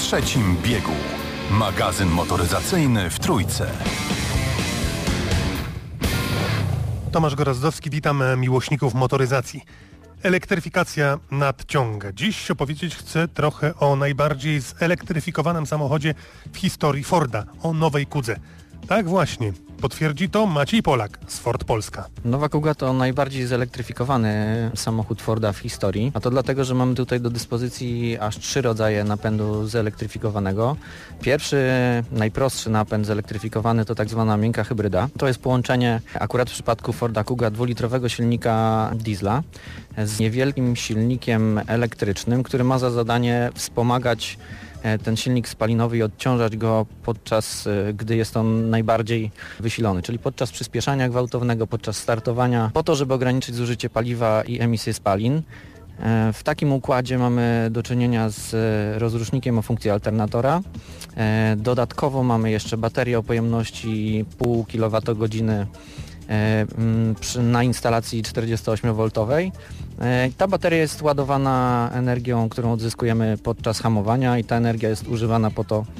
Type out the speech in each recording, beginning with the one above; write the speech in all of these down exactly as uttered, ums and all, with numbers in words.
trzecim biegu. Magazyn motoryzacyjny w Trójce. Tomasz Gorazdowski, witam miłośników motoryzacji. Elektryfikacja nadciąga. Dziś opowiedzieć chcę trochę o najbardziej zelektryfikowanym samochodzie w historii Forda, o nowej Kudze. Tak właśnie, potwierdzi to Maciej Polak z Ford Polska. Nowa Kuga to najbardziej zelektryfikowany samochód Forda w historii, a to dlatego, że mamy tutaj do dyspozycji aż trzy rodzaje napędu zelektryfikowanego. Pierwszy, najprostszy napęd zelektryfikowany to tak zwana miękka hybryda. To jest połączenie akurat w przypadku Forda Kuga dwulitrowego silnika diesla z niewielkim silnikiem elektrycznym, który ma za zadanie wspomagać ten silnik spalinowy i odciążać go podczas, gdy jest on najbardziej wysilony, czyli podczas przyspieszania gwałtownego, podczas startowania, po to, żeby ograniczyć zużycie paliwa i emisję spalin. W takim układzie mamy do czynienia z rozrusznikiem o funkcji alternatora. Dodatkowo mamy jeszcze baterię o pojemności pół kilowatogodziny na instalacji czterdziestoośmiowoltowej. Ta bateria jest ładowana energią, którą odzyskujemy podczas hamowania i ta energia jest używana po to,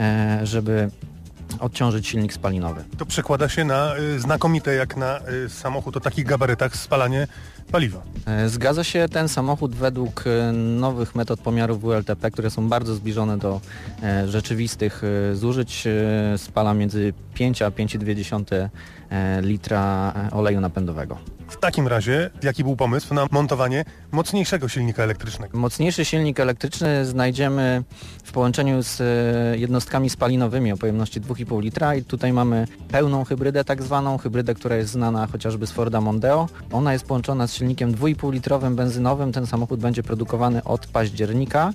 żeby odciążyć silnik spalinowy. To przekłada się na y, znakomite, jak na y, samochód o takich gabarytach, spalanie paliwa. Zgadza się, ten samochód według nowych metod pomiaru W L T P, które są bardzo zbliżone do e, rzeczywistych e, zużyć, e, spala między pięć a pięć przecinek dwa e, litra oleju napędowego. W takim razie, jaki był pomysł na montowanie mocniejszego silnika elektrycznego? Mocniejszy silnik elektryczny znajdziemy w połączeniu z jednostkami spalinowymi o pojemności dwa i pół litra i tutaj mamy pełną hybrydę, tak zwaną hybrydę, która jest znana chociażby z Forda Mondeo. Ona jest połączona z silnikiem dwa i pół litrowym benzynowym. Ten samochód będzie produkowany od października.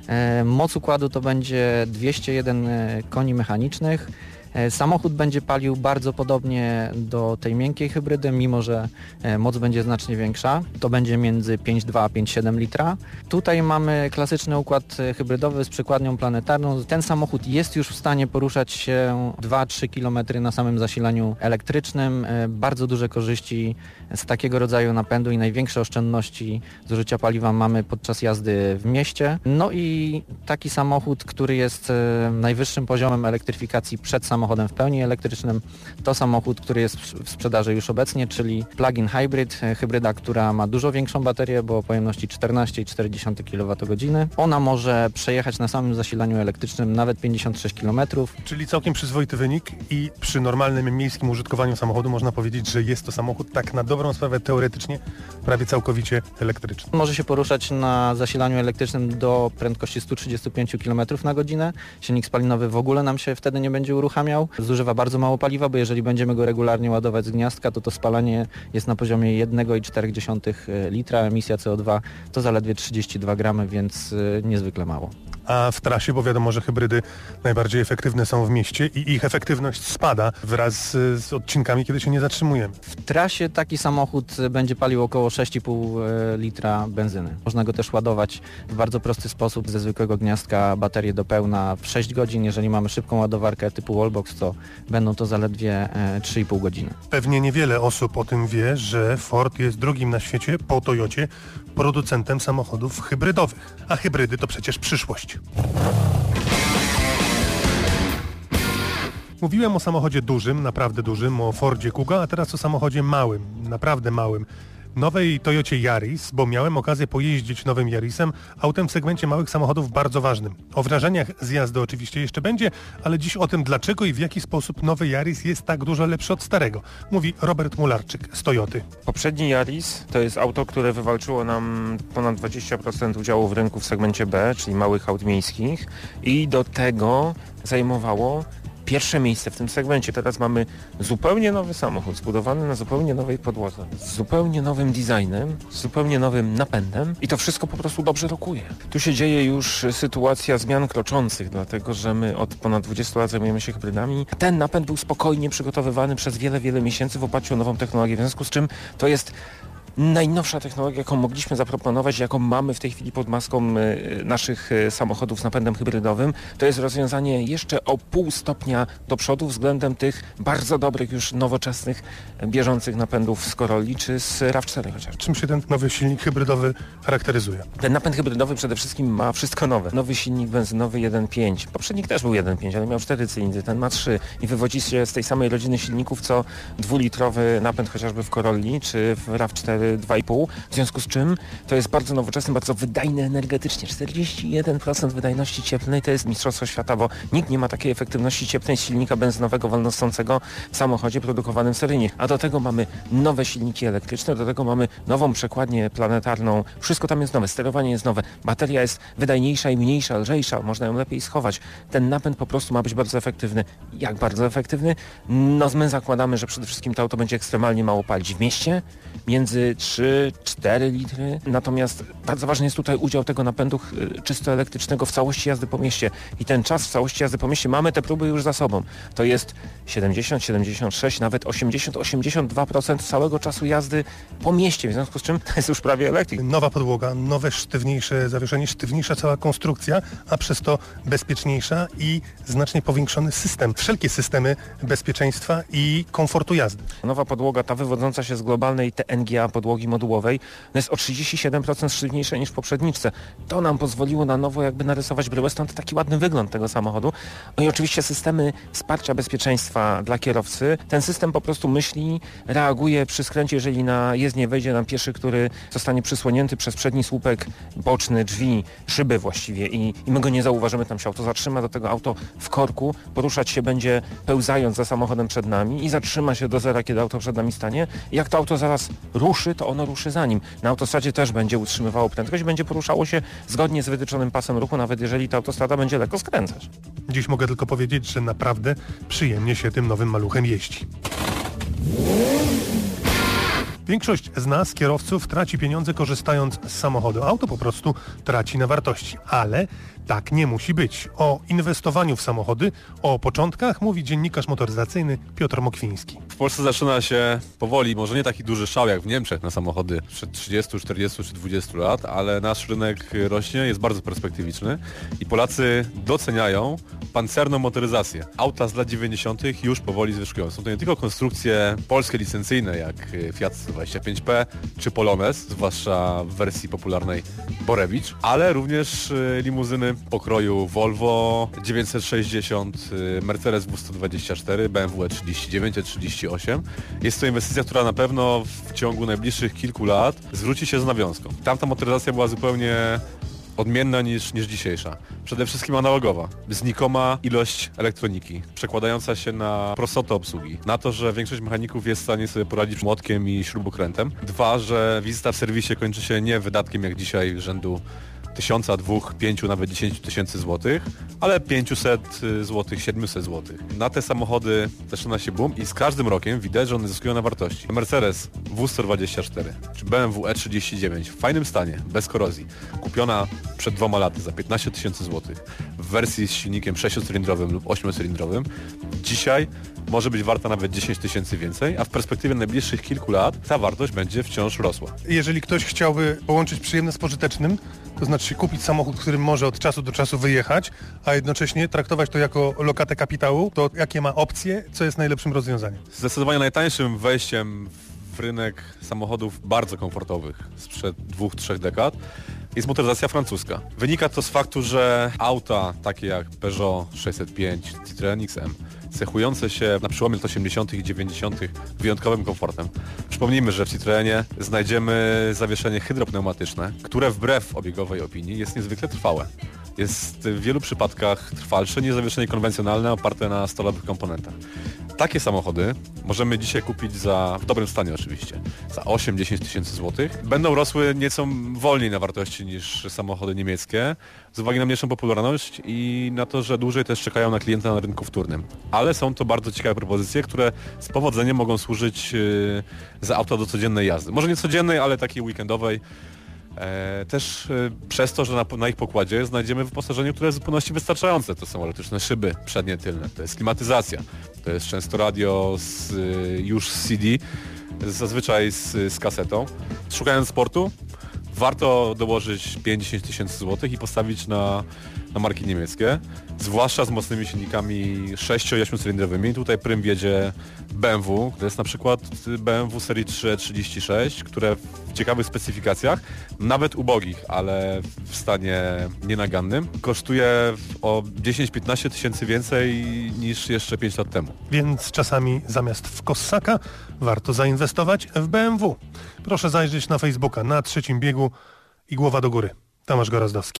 Moc układu to będzie dwieście jeden koni mechanicznych. Samochód będzie palił bardzo podobnie do tej miękkiej hybrydy, mimo że moc będzie znacznie większa. To będzie między pięć przecinek dwa a pięć przecinek siedem litra. Tutaj mamy klasyczny układ hybrydowy z przekładnią planetarną. Ten samochód jest już w stanie poruszać się dwa do trzech kilometrów na samym zasilaniu elektrycznym. Bardzo duże korzyści z takiego rodzaju napędu i największe oszczędności zużycia paliwa mamy podczas jazdy w mieście. No i taki samochód, który jest najwyższym poziomem elektryfikacji przed samochodem samochodem w pełni elektrycznym. To samochód, który jest w sprzedaży już obecnie, czyli plug-in hybrid, hybryda, która ma dużo większą baterię, bo o pojemności czternaście przecinek cztery kilowatogodziny. Ona może przejechać na samym zasilaniu elektrycznym nawet pięćdziesiąt sześć kilometrów. Czyli całkiem przyzwoity wynik i przy normalnym miejskim użytkowaniu samochodu można powiedzieć, że jest to samochód tak na dobrą sprawę teoretycznie prawie całkowicie elektryczny. Może się poruszać na zasilaniu elektrycznym do prędkości sto trzydzieści pięć kilometrów na godzinę. Silnik spalinowy w ogóle nam się wtedy nie będzie uruchamiał. Zużywa bardzo mało paliwa, bo jeżeli będziemy go regularnie ładować z gniazdka, to to spalanie jest na poziomie jeden przecinek cztery litra, emisja C O dwa to zaledwie trzydzieści dwa gramy, więc niezwykle mało. A w trasie, bo wiadomo, że hybrydy najbardziej efektywne są w mieście i ich efektywność spada wraz z, z odcinkami, kiedy się nie zatrzymujemy. W trasie taki samochód będzie palił około sześć przecinek pięć litra benzyny. Można go też ładować w bardzo prosty sposób ze zwykłego gniazdka baterię do pełna w sześć godzin. Jeżeli mamy szybką ładowarkę typu Wallbox, to będą to zaledwie trzy i pół godziny. Pewnie niewiele osób o tym wie, że Ford jest drugim na świecie po Toyocie producentem samochodów hybrydowych. A hybrydy to przecież przyszłość. Mówiłem o samochodzie dużym, naprawdę dużym, o Fordzie Kuga, a teraz o samochodzie małym, naprawdę małym. Nowej Toyocie Yaris, bo miałem okazję pojeździć nowym Yarisem, autem w segmencie małych samochodów bardzo ważnym. O wrażeniach z jazdy oczywiście jeszcze będzie, ale dziś o tym, dlaczego i w jaki sposób nowy Yaris jest tak dużo lepszy od starego. Mówi Robert Mularczyk z Toyoty. Poprzedni Yaris to jest auto, które wywalczyło nam ponad dwadzieścia procent udziału w rynku w segmencie B, czyli małych aut miejskich i do tego zajmowało pierwsze miejsce w tym segmencie. Teraz mamy zupełnie nowy samochód, zbudowany na zupełnie nowej podłodze, z zupełnie nowym designem, z zupełnie nowym napędem i to wszystko po prostu dobrze rokuje. Tu się dzieje już sytuacja zmian kroczących, dlatego że my od ponad dwudziestu lat zajmujemy się hybrydami. Ten napęd był spokojnie przygotowywany przez wiele, wiele miesięcy w oparciu o nową technologię, w związku z czym to jest najnowsza technologia, jaką mogliśmy zaproponować, jaką mamy w tej chwili pod maską y, naszych y, samochodów z napędem hybrydowym, to jest rozwiązanie jeszcze o pół stopnia do przodu względem tych bardzo dobrych, już nowoczesnych, bieżących napędów z Corolli czy z raw cztery chociażby. Czym się ten nowy silnik hybrydowy charakteryzuje? Ten napęd hybrydowy przede wszystkim ma wszystko nowe. Nowy silnik benzynowy jeden przecinek pięć. Poprzednik też był jeden przecinek pięć, ale miał cztery cylindry, ten ma trzy i wywodzi się z tej samej rodziny silników, co dwulitrowy napęd chociażby w Corolli czy w raw cztery dwa i pół. W związku z czym to jest bardzo nowoczesny, bardzo wydajny energetycznie. czterdzieści jeden procent wydajności cieplnej to jest mistrzostwo świata, bo nikt nie ma takiej efektywności cieplnej silnika benzynowego wolnostącego w samochodzie produkowanym seryjnie. A do tego mamy nowe silniki elektryczne, do tego mamy nową przekładnię planetarną. Wszystko tam jest nowe, sterowanie jest nowe, bateria jest wydajniejsza i mniejsza, lżejsza, można ją lepiej schować. Ten napęd po prostu ma być bardzo efektywny. Jak bardzo efektywny? No my zakładamy, że przede wszystkim to auto będzie ekstremalnie mało palić w mieście, między trzy cztery litry. Natomiast bardzo ważny jest tutaj udział tego napędu czysto elektrycznego w całości jazdy po mieście. I ten czas w całości jazdy po mieście, mamy te próby już za sobą. To jest siedemdziesiąt, siedemdziesiąt sześć, nawet osiemdziesiąt, osiemdziesiąt dwa procent całego czasu jazdy po mieście, w związku z czym to jest już prawie elektryk. Nowa podłoga, nowe, sztywniejsze zawieszenie, sztywniejsza cała konstrukcja, a przez to bezpieczniejsza i znacznie powiększony system. Wszelkie systemy bezpieczeństwa i komfortu jazdy. Nowa podłoga, ta wywodząca się z globalnej T N G A podłogi modułowej, no jest o trzydzieści siedem procent sztywniejsza niż w poprzedniczce. To nam pozwoliło na nowo jakby narysować bryłę, stąd taki ładny wygląd tego samochodu. No i oczywiście systemy wsparcia bezpieczeństwa dla kierowcy. Ten system po prostu myśli, reaguje przy skręcie, jeżeli na jezdnię wejdzie nam pieszy, który zostanie przysłonięty przez przedni słupek boczny, drzwi, szyby właściwie i, i my go nie zauważymy, tam się auto zatrzyma, do tego auto w korku poruszać się będzie pełzając za samochodem przed nami i zatrzyma się do zera, kiedy auto przed nami stanie. I jak to auto zaraz ruszy, to ono ruszy za nim. Na autostradzie też będzie utrzymywało prędkość, będzie poruszało się zgodnie z wytyczonym pasem ruchu, nawet jeżeli ta autostrada będzie lekko skręcać. Dziś mogę tylko powiedzieć, że naprawdę przyjemnie się tym nowym maluchem jeździ. Większość z nas, kierowców, traci pieniądze korzystając z samochodu. Auto po prostu traci na wartości, ale tak nie musi być. O inwestowaniu w samochody, o początkach mówi dziennikarz motoryzacyjny Piotr Mokwiński. W Polsce zaczyna się powoli, może nie taki duży szał jak w Niemczech na samochody przed trzydziestu, czterdziestu czy dwudziestu lat, ale nasz rynek rośnie, jest bardzo perspektywiczny i Polacy doceniają pancerną motoryzację. Auta z lat dziewięćdziesiątych już powoli zwyżkują. Są to nie tylko konstrukcje polskie licencyjne jak Fiat sto dwadzieścia pięć P czy Polonez, zwłaszcza w wersji popularnej Borewicz, ale również limuzyny pokroju Volvo dziewięćset sześćdziesiąt, Mercedes W sto dwadzieścia cztery, B M W E trzydzieści dziewięć, E trzydzieści osiem. Jest to inwestycja, która na pewno w ciągu najbliższych kilku lat zwróci się z nawiązką. Tamta motoryzacja była zupełnie odmienna niż, niż dzisiejsza. Przede wszystkim analogowa. Znikoma ilość elektroniki, przekładająca się na prostotę obsługi. Na to, że większość mechaników jest w stanie sobie poradzić młotkiem i śrubokrętem. Dwa, że wizyta w serwisie kończy się nie wydatkiem jak dzisiaj rzędu tysiąca, dwóch, pięciu, nawet dziesięciu tysięcy złotych, ale pięćset złotych, siedemset złotych. Na te samochody zaczyna się boom i z każdym rokiem widać, że one zyskują na wartości. Mercedes W sto dwadzieścia cztery czy B M W E trzydzieści dziewięć w fajnym stanie, bez korozji, kupiona przed dwoma laty za piętnaście tysięcy złotych w wersji z silnikiem sześciocylindrowym lub ośmiocylindrowym, dzisiaj może być warta nawet dziesięć tysięcy więcej, a w perspektywie najbliższych kilku lat ta wartość będzie wciąż rosła. Jeżeli ktoś chciałby połączyć przyjemne z pożytecznym, to znaczy kupić samochód, którym może od czasu do czasu wyjechać, a jednocześnie traktować to jako lokatę kapitału, to jakie ma opcje, co jest najlepszym rozwiązaniem? Zdecydowanie najtańszym wejściem w rynek samochodów bardzo komfortowych sprzed dwóch, trzech dekad jest motoryzacja francuska. Wynika to z faktu, że auta takie jak Peugeot sześćset pięć, Citroën X M, cechujące się na przełomie lat osiemdziesiątych i dziewięćdziesiątych wyjątkowym komfortem. Przypomnijmy, że w Citroenie znajdziemy zawieszenie hydropneumatyczne, które wbrew obiegowej opinii jest niezwykle trwałe. Jest w wielu przypadkach trwalsze niż zawieszenie konwencjonalne oparte na stalowych komponentach. Takie samochody możemy dzisiaj kupić za, w dobrym stanie oczywiście, za osiem do dziesięciu tysięcy złotych. Będą rosły nieco wolniej na wartości niż samochody niemieckie, z uwagi na mniejszą popularność i na to, że dłużej też czekają na klienta na rynku wtórnym. Ale są to bardzo ciekawe propozycje, które z powodzeniem mogą służyć yy, za auta do codziennej jazdy. Może nie codziennej, ale takiej weekendowej. E, też e, przez to, że na, na ich pokładzie znajdziemy wyposażenie, które jest w zupełności wystarczające. To są elektryczne szyby przednie, tylne, to jest klimatyzacja, to jest często radio z, e, już z C D zazwyczaj z, z kasetą. Szukając sportu, warto dołożyć pięć do dziesięciu tysięcy złotych i postawić na, na marki niemieckie, zwłaszcza z mocnymi silnikami sześcio- i ośmiocylindrowymi. Tutaj prym wiedzie B M W, to jest na przykład B M W serii trzy trzydzieści sześć, które w ciekawych specyfikacjach, nawet ubogich, ale w stanie nienagannym, kosztuje o dziesięć do piętnastu tysięcy więcej niż jeszcze pięć lat temu. Więc czasami zamiast w Kossaka warto zainwestować w B M W. Proszę zajrzeć na Facebooka na Trzecim Biegu i Głowa do Góry. Tomasz Gorazdowski.